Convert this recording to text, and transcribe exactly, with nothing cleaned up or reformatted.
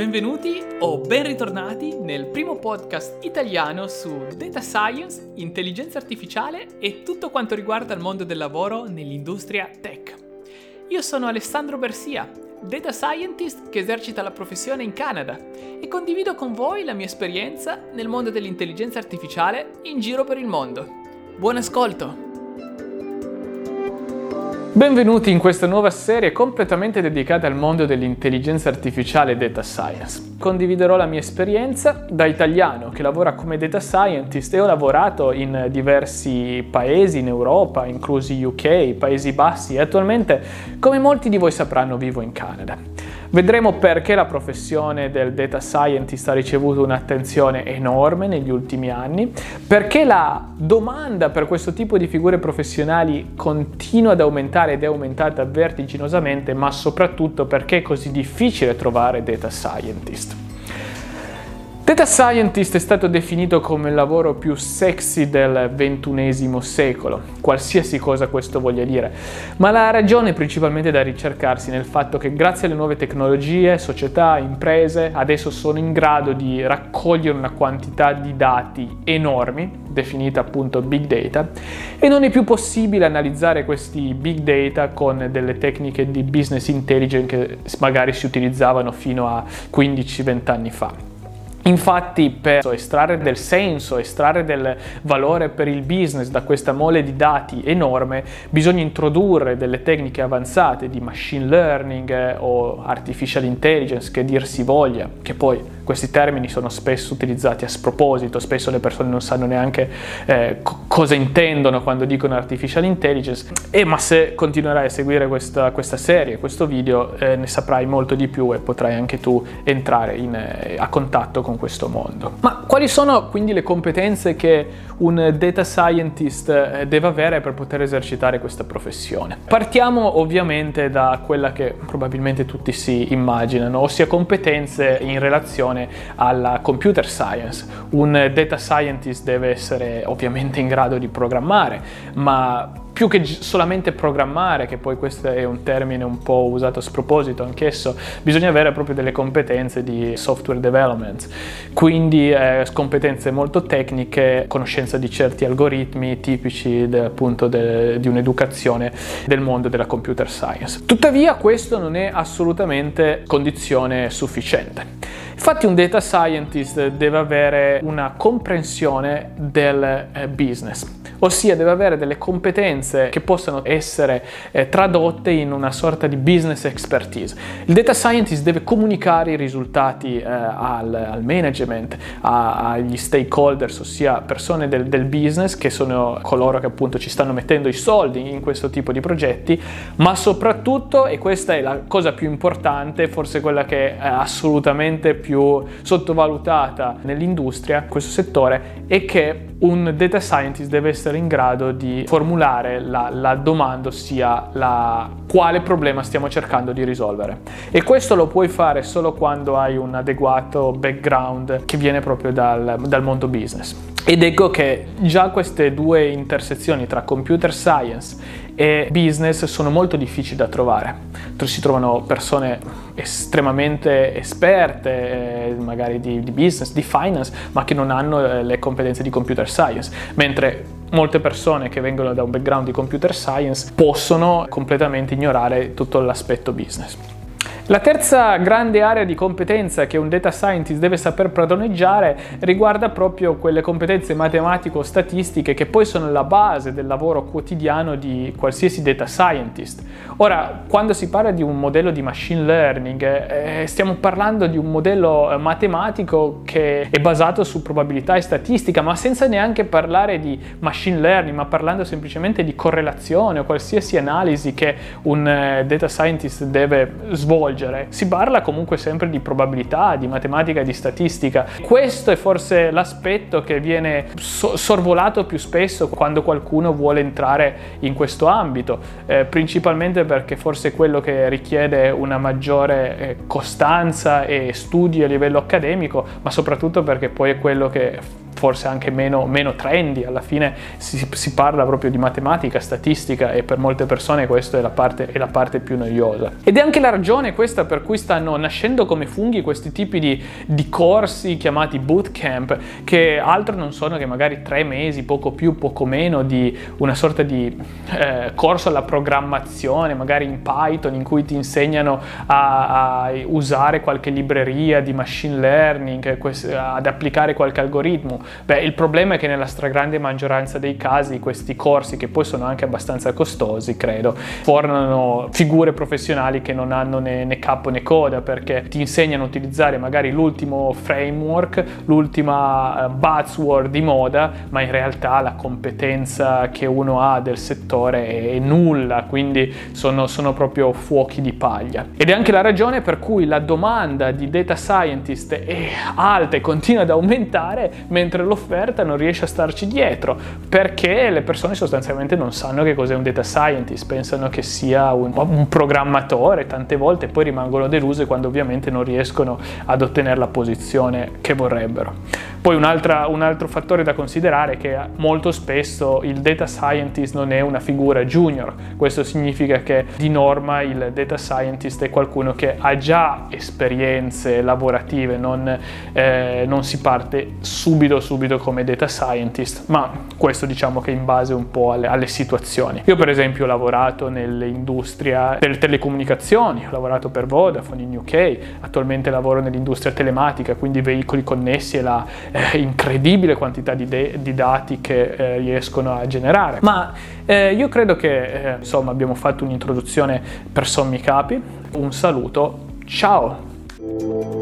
Benvenuti o ben ritornati nel primo podcast italiano su Data Science, intelligenza artificiale e tutto quanto riguarda il mondo del lavoro nell'industria tech. Io sono Alessandro Bersia, Data Scientist che esercita la professione in Canada e condivido con voi la mia esperienza nel mondo dell'intelligenza artificiale in giro per il mondo. Buon ascolto! Benvenuti in questa nuova serie completamente dedicata al mondo dell'intelligenza artificiale e data science. Condividerò la mia esperienza da italiano che lavora come data scientist e ho lavorato in diversi paesi in Europa, inclusi U K, Paesi Bassi e attualmente, come molti di voi sapranno, vivo in Canada. Vedremo perché la professione del data scientist ha ricevuto un'attenzione enorme negli ultimi anni, perché la domanda per questo tipo di figure professionali continua ad aumentare ed è aumentata vertiginosamente, ma soprattutto perché è così difficile trovare data scientist. Data scientist è stato definito come il lavoro più sexy del ventunesimo secolo, qualsiasi cosa questo voglia dire, ma la ragione è principalmente da ricercarsi nel fatto che grazie alle nuove tecnologie, società, imprese adesso sono in grado di raccogliere una quantità di dati enormi, definita appunto big data, e non è più possibile analizzare questi big data con delle tecniche di business intelligence che magari si utilizzavano fino a quindici venti anni fa. Infatti, per estrarre del senso, estrarre del valore per il business da questa mole di dati enorme, bisogna introdurre delle tecniche avanzate di machine learning eh, o artificial intelligence, che dir si voglia, che poi questi termini sono spesso utilizzati a sproposito, spesso le persone non sanno neanche eh, co- cosa intendono quando dicono artificial intelligence, e ma se continuerai a seguire questa, questa serie, questo video, eh, ne saprai molto di più e potrai anche tu entrare in, eh, a contatto con con questo mondo. Ma quali sono quindi le competenze che un data scientist deve avere per poter esercitare questa professione? Partiamo ovviamente da quella che probabilmente tutti si immaginano, ossia competenze in relazione alla computer science. Un data scientist deve essere ovviamente in grado di programmare, ma più che solamente programmare, che poi questo è un termine un po' usato a sproposito anch'esso, bisogna avere proprio delle competenze di software development, quindi eh, competenze molto tecniche, conoscenza di certi algoritmi tipici de, appunto de, di un'educazione del mondo della computer science. Tuttavia questo non è assolutamente condizione sufficiente. Infatti un data scientist deve avere una comprensione del eh, business, ossia deve avere delle competenze che possano essere eh, tradotte in una sorta di business expertise. Il data scientist deve comunicare i risultati eh, al, al management, a, agli stakeholders, ossia persone del, del business, che sono coloro che appunto ci stanno mettendo i soldi in questo tipo di progetti, ma soprattutto, e questa è la cosa più importante, forse quella che è assolutamente più sottovalutata nell'industria, questo settore, è che un data scientist deve essere in grado di formulare la, la domanda, ossia la, quale problema stiamo cercando di risolvere. E questo lo puoi fare solo quando hai un adeguato background che viene proprio dal, dal mondo business. Ed ecco che già queste due intersezioni tra computer science e business sono molto difficili da trovare. Si trovano persone estremamente esperte, eh, magari di, di business, di finance, ma che non hanno eh, le competenze di computer science, mentre molte persone che vengono da un background di computer science possono completamente ignorare tutto l'aspetto business. La terza grande area di competenza che un data scientist deve saper padroneggiare riguarda proprio quelle competenze matematico-statistiche che poi sono la base del lavoro quotidiano di qualsiasi data scientist. Ora, quando si parla di un modello di machine learning, eh, stiamo parlando di un modello matematico che è basato su probabilità e statistica, ma senza neanche parlare di machine learning, ma parlando semplicemente di correlazione o qualsiasi analisi che un eh, data scientist deve svolgere. Si parla comunque sempre di probabilità, di matematica e di statistica. Questo è forse l'aspetto che viene so- sorvolato più spesso quando qualcuno vuole entrare in questo ambito, eh, principalmente perché forse è quello che richiede una maggiore eh, costanza e studi a livello accademico, ma soprattutto perché poi è quello che forse anche meno, meno trendy. Alla fine si, si parla proprio di matematica, statistica, e per molte persone questa è la parte, è la parte più noiosa. Ed è anche la ragione questa per cui stanno nascendo come funghi questi tipi di, di corsi chiamati bootcamp, che altro non sono che magari tre mesi, poco più, poco meno, di una sorta di eh, corso alla programmazione, magari in Python, in cui ti insegnano a, a usare qualche libreria di machine learning, ad applicare qualche algoritmo. Beh, il problema è che nella stragrande maggioranza dei casi questi corsi, che poi sono anche abbastanza costosi, credo, formano figure professionali che non hanno né, né capo né coda, perché ti insegnano a utilizzare magari l'ultimo framework, l'ultima buzzword di moda, ma in realtà la competenza che uno ha del settore è nulla, quindi sono, sono proprio fuochi di paglia. Ed è anche la ragione per cui la domanda di data scientist è alta e continua ad aumentare, mentre l'offerta non riesce a starci dietro, perché le persone sostanzialmente non sanno che cos'è un data scientist, pensano che sia un, un programmatore tante volte, e poi rimangono deluse quando ovviamente non riescono ad ottenere la posizione che vorrebbero. Poi un'altra, un altro fattore da considerare è che molto spesso il data scientist non è una figura junior. Questo significa che di norma il data scientist è qualcuno che ha già esperienze lavorative, non, eh, non si parte subito subito come data scientist, ma questo diciamo che in base un po' alle, alle situazioni. Io per esempio ho lavorato nell'industria delle telecomunicazioni, ho lavorato per Vodafone in U K, attualmente lavoro nell'industria telematica, quindi veicoli connessi e la eh, incredibile quantità di, de- di dati che eh, riescono a generare. Ma eh, io credo che eh, insomma abbiamo fatto un'introduzione per sommi capi. Un saluto, ciao!